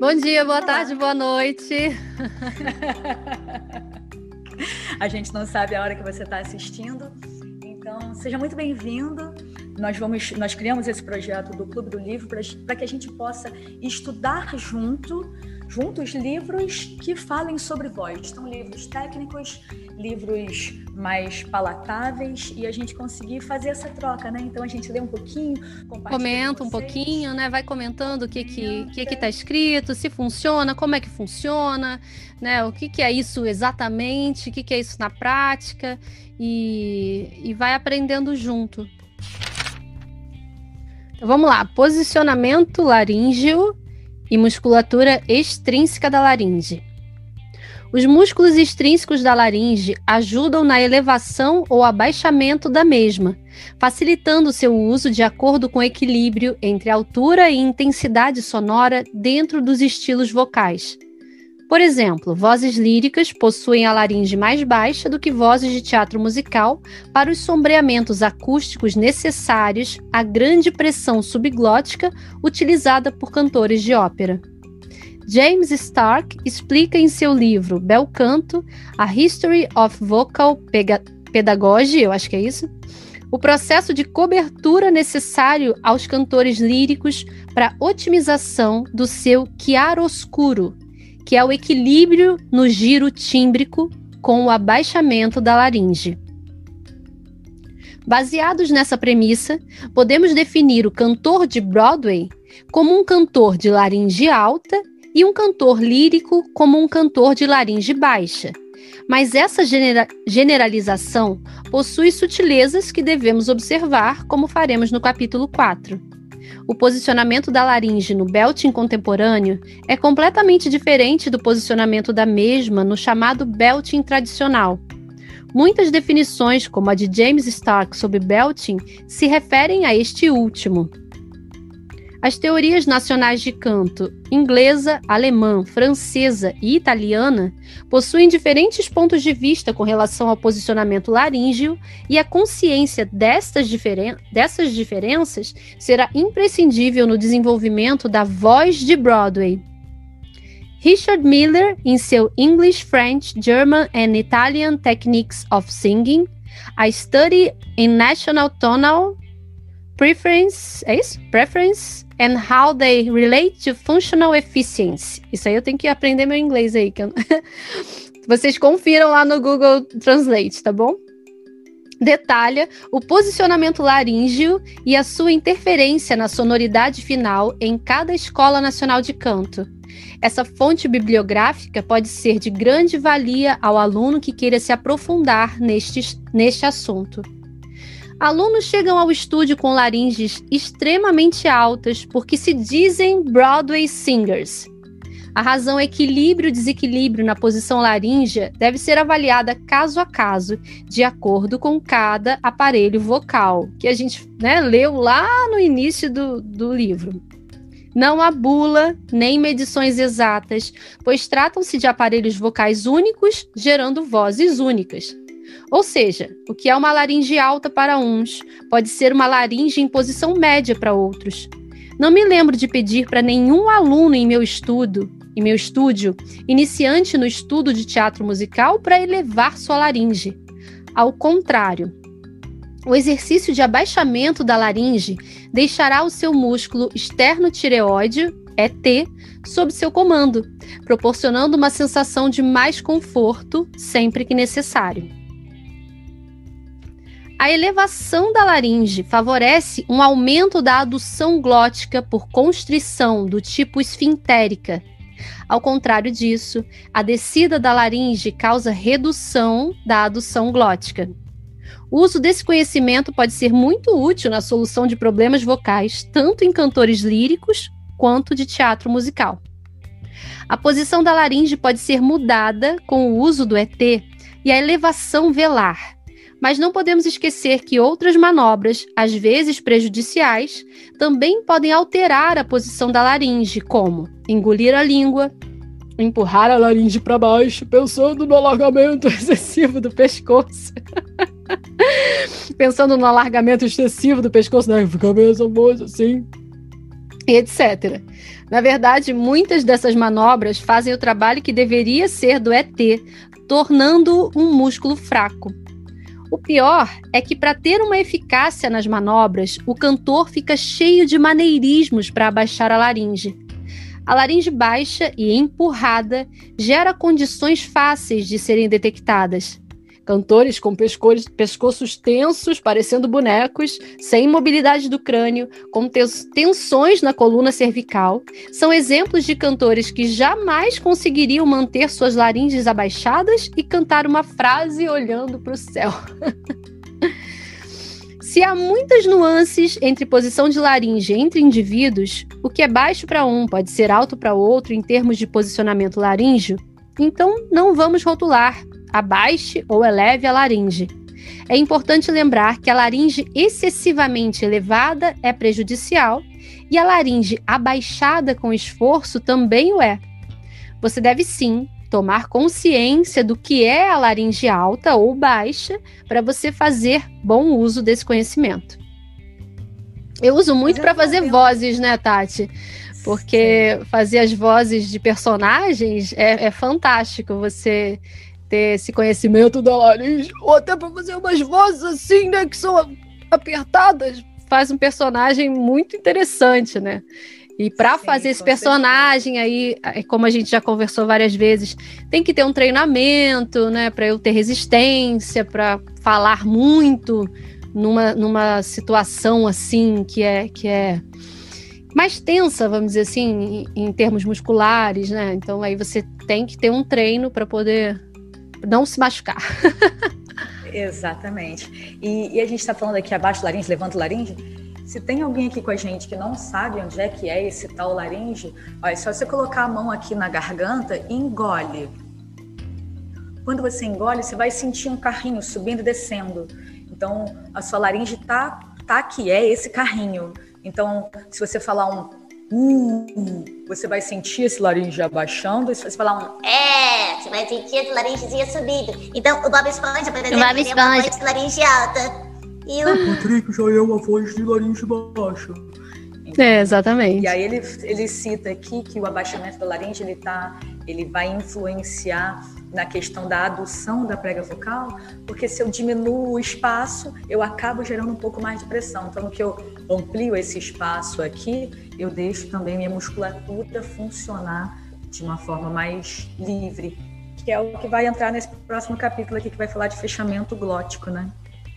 Bom dia, boa Olá. tarde, boa noite. A gente não sabe a hora que você está assistindo, então seja muito bem-vindo. Nós criamos esse projeto do Clube do Livro para que a gente possa estudar juntos livros que falem sobre voz. Então, livros técnicos, livros mais palatáveis, e a gente conseguir fazer essa troca, né? Então, a gente lê um pouquinho, compartilha Comenta com um vocês. pouquinho, né? Vai comentando o que está escrito, se funciona, como é que funciona, né? O que é isso exatamente, o que é isso na prática, e vai aprendendo junto. Então, vamos lá. Posicionamento laríngeo e musculatura extrínseca da laringe. Os músculos extrínsecos da laringe ajudam na elevação ou abaixamento da mesma, facilitando seu uso de acordo com o equilíbrio entre altura e intensidade sonora dentro dos estilos vocais. Por exemplo, vozes líricas possuem a laringe mais baixa do que vozes de teatro musical para os sombreamentos acústicos necessários à grande pressão subglótica utilizada por cantores de ópera. James Stark explica em seu livro Bel Canto, A History of Vocal Pedagogy, eu acho que é isso, o processo de cobertura necessário aos cantores líricos para otimização do seu chiaroscuro, que é o equilíbrio no giro tímbrico com o abaixamento da laringe. Baseados nessa premissa, podemos definir o cantor de Broadway como um cantor de laringe alta e um cantor lírico como um cantor de laringe baixa. Mas essa generalização possui sutilezas que devemos observar, como faremos no capítulo 4. O posicionamento da laringe no belting contemporâneo é completamente diferente do posicionamento da mesma no chamado belting tradicional. Muitas definições, como a de James Stark sobre belting, se referem a este último. As teorias nacionais de canto, inglesa, alemã, francesa e italiana, possuem diferentes pontos de vista com relação ao posicionamento laríngeo, e a consciência dessas diferenças será imprescindível no desenvolvimento da voz de Broadway. Richard Miller, em seu English, French, German and Italian Techniques of Singing, A Study in National Tonal Preference, é isso? Preference and How They Relate to Functional Efficiency. Isso aí eu tenho que aprender meu inglês aí. Vocês confiram lá no Google Translate, tá bom? Detalha o posicionamento laríngeo e a sua interferência na sonoridade final em cada escola nacional de canto. Essa fonte bibliográfica pode ser de grande valia ao aluno que queira se aprofundar neste assunto. Alunos chegam ao estúdio com laringes extremamente altas porque se dizem Broadway singers. A razão equilíbrio e desequilíbrio na posição laríngea deve ser avaliada caso a caso, de acordo com cada aparelho vocal, que a gente leu lá no início do livro. Não há bula, nem medições exatas, pois tratam-se de aparelhos vocais únicos, gerando vozes únicas. Ou seja, o que é uma laringe alta para uns, pode ser uma laringe em posição média para outros. Não me lembro de pedir para nenhum aluno em meu estúdio, iniciante no estudo de teatro musical, para elevar sua laringe. Ao contrário, o exercício de abaixamento da laringe deixará o seu músculo externo-tireoide, ET, sob seu comando, proporcionando uma sensação de mais conforto sempre que necessário. A elevação da laringe favorece um aumento da adução glótica por constrição do tipo esfintérica. Ao contrário disso, a descida da laringe causa redução da adução glótica. O uso desse conhecimento pode ser muito útil na solução de problemas vocais, tanto em cantores líricos quanto de teatro musical. A posição da laringe pode ser mudada com o uso do ET e a elevação velar. Mas não podemos esquecer que outras manobras, às vezes prejudiciais, também podem alterar a posição da laringe, como engolir a língua, empurrar a laringe para baixo, pensando no alargamento excessivo do pescoço. Pensando no alargamento excessivo do pescoço, né? Fica mesmo assim. e etc. Na verdade, muitas dessas manobras fazem o trabalho que deveria ser do ET, tornando um músculo fraco. O pior é que, para ter uma eficácia nas manobras, o cantor fica cheio de maneirismos para abaixar a laringe. A laringe baixa e empurrada gera condições fáceis de serem detectadas. Cantores com pescoços tensos, parecendo bonecos, sem mobilidade do crânio, com tensões na coluna cervical, são exemplos de cantores que jamais conseguiriam manter suas laringes abaixadas e cantar uma frase olhando para o céu. Se há muitas nuances entre posição de laringe entre indivíduos, o que é baixo para um pode ser alto para outro em termos de posicionamento laríngeo, então não vamos rotular. Abaixe ou eleve a laringe. É importante lembrar que a laringe excessivamente elevada é prejudicial e a laringe abaixada com esforço também o é. Você deve sim tomar consciência do que é a laringe alta ou baixa para você fazer bom uso desse conhecimento. Eu uso muito para fazer vozes, né, Tati? Porque fazer as vozes de personagens é fantástico você ter esse conhecimento da laringe, ou até para fazer umas vozes assim, né, que são apertadas, faz um personagem muito interessante, né? E para fazer esse personagem aí, como a gente já conversou várias vezes, tem que ter um treinamento, né, para eu ter resistência, para falar muito numa situação assim que é mais tensa, vamos dizer assim, em termos musculares, né? Então aí você tem que ter um treino para poder não se machucar. Exatamente. E a gente está falando aqui abaixo laringe, levanta laringe. Se tem alguém aqui com a gente que não sabe onde é que é esse tal laringe, ó, é só você colocar a mão aqui na garganta e engole. Quando você engole, você vai sentir um carrinho subindo e descendo. Então, a sua laringe tá aqui, é esse carrinho. Então, se você falar você vai sentir esse laringe abaixando. E se você falar você vai sentir esse laringezinho subindo. Então, o Bob Esponja, por exemplo, ele é uma voz de laringe alta. E o Patrick já é uma voz de laringe baixa. Então, exatamente. E aí ele cita aqui que o abaixamento da laringe ele vai influenciar na questão da adução da prega vocal, porque se eu diminuo o espaço, eu acabo gerando um pouco mais de pressão. Então, no que eu amplio esse espaço aqui, eu deixo também minha musculatura funcionar de uma forma mais livre, que é o que vai entrar nesse próximo capítulo aqui, que vai falar de fechamento glótico, né?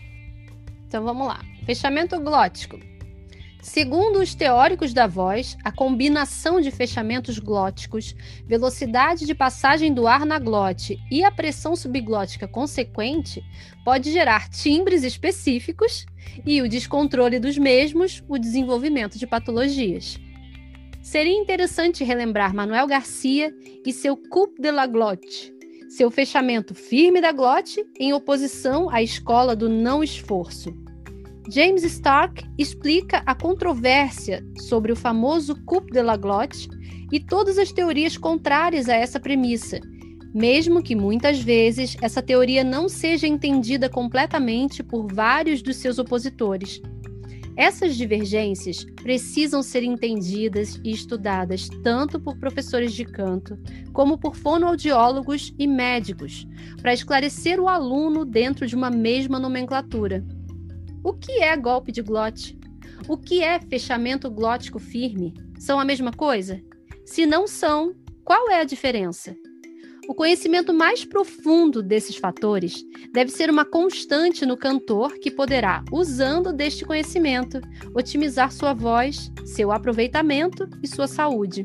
Então vamos lá. Fechamento glótico. Segundo os teóricos da voz, a combinação de fechamentos glóticos, velocidade de passagem do ar na glote e a pressão subglótica consequente pode gerar timbres específicos e o descontrole dos mesmos, o desenvolvimento de patologias. Seria interessante relembrar Manuel Garcia e seu coupe de la glotte, seu fechamento firme da glote em oposição à escola do não esforço. James Stark explica a controvérsia sobre o famoso coupe de la glotte e todas as teorias contrárias a essa premissa, mesmo que muitas vezes essa teoria não seja entendida completamente por vários dos seus opositores. Essas divergências precisam ser entendidas e estudadas tanto por professores de canto como por fonoaudiólogos e médicos, para esclarecer o aluno dentro de uma mesma nomenclatura. O que é golpe de glote? O que é fechamento glótico firme? São a mesma coisa? Se não são, qual é a diferença? O conhecimento mais profundo desses fatores deve ser uma constante no cantor que poderá, usando deste conhecimento, otimizar sua voz, seu aproveitamento e sua saúde.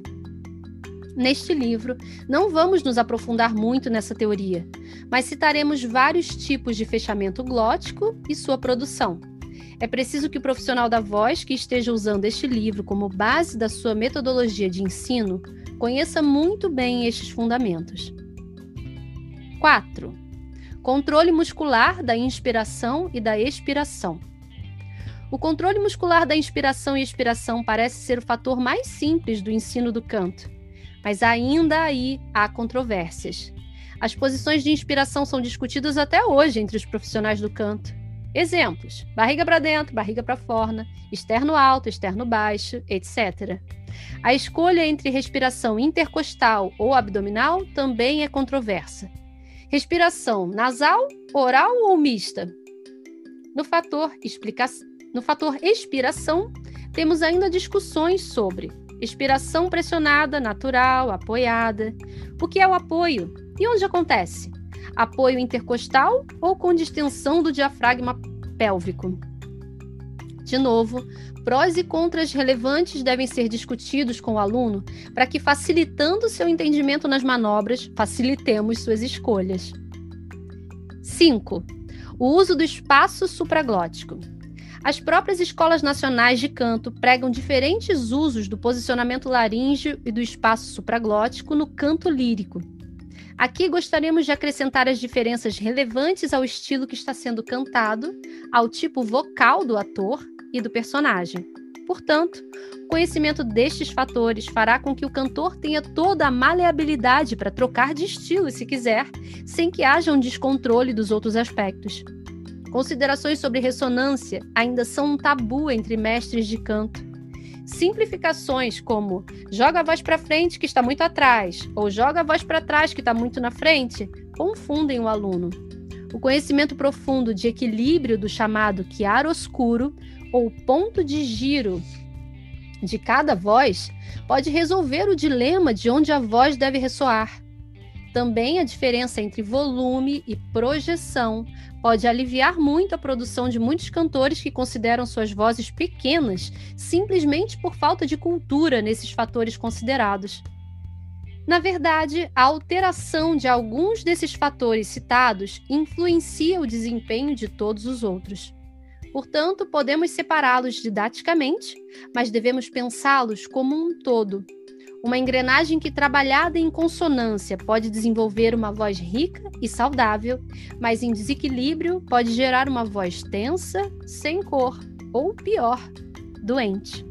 Neste livro, não vamos nos aprofundar muito nessa teoria, mas citaremos vários tipos de fechamento glótico e sua produção. É preciso que o profissional da voz que esteja usando este livro como base da sua metodologia de ensino conheça muito bem estes fundamentos. 4. Controle muscular da inspiração e da expiração. O controle muscular da inspiração e expiração parece ser o fator mais simples do ensino do canto, mas ainda aí há controvérsias. As posições de inspiração são discutidas até hoje entre os profissionais do canto. Exemplos: barriga para dentro, barriga para fora, externo alto, externo baixo, etc. A escolha entre respiração intercostal ou abdominal também é controversa. Respiração nasal, oral ou mista? No fator expiração, temos ainda discussões sobre expiração pressionada, natural, apoiada. O que é o apoio? E onde acontece? Apoio intercostal ou com distensão do diafragma pélvico? De novo, prós e contras relevantes devem ser discutidos com o aluno para que, facilitando seu entendimento nas manobras, facilitemos suas escolhas. 5. O uso do espaço supraglótico. As próprias escolas nacionais de canto pregam diferentes usos do posicionamento laríngeo e do espaço supraglótico no canto lírico. Aqui gostaríamos de acrescentar as diferenças relevantes ao estilo que está sendo cantado, ao tipo vocal do ator e do personagem. Portanto, o conhecimento destes fatores fará com que o cantor tenha toda a maleabilidade para trocar de estilo se quiser, sem que haja um descontrole dos outros aspectos. Considerações sobre ressonância ainda são um tabu entre mestres de canto. Simplificações como joga a voz para frente que está muito atrás ou joga a voz para trás que está muito na frente confundem o aluno. O conhecimento profundo de equilíbrio do chamado chiaroscuro ou ponto de giro de cada voz pode resolver o dilema de onde a voz deve ressoar. Também a diferença entre volume e projeção pode aliviar muito a produção de muitos cantores que consideram suas vozes pequenas simplesmente por falta de cultura nesses fatores considerados. Na verdade, a alteração de alguns desses fatores citados influencia o desempenho de todos os outros. Portanto, podemos separá-los didaticamente, mas devemos pensá-los como um todo. Uma engrenagem que, trabalhada em consonância, pode desenvolver uma voz rica e saudável, mas em desequilíbrio pode gerar uma voz tensa, sem cor, ou pior, doente.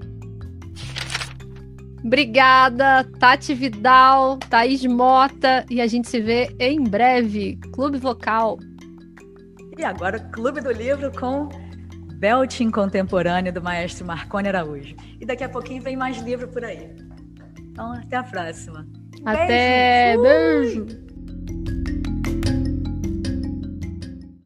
Obrigada, Tati Vidal, Thaís Mota, e a gente se vê em breve. Clube Vocal. E agora o Clube do Livro com Belting Contemporâneo, do maestro Marconi Araújo. E daqui a pouquinho vem mais livro por aí. Então, até a próxima. Até, beijo!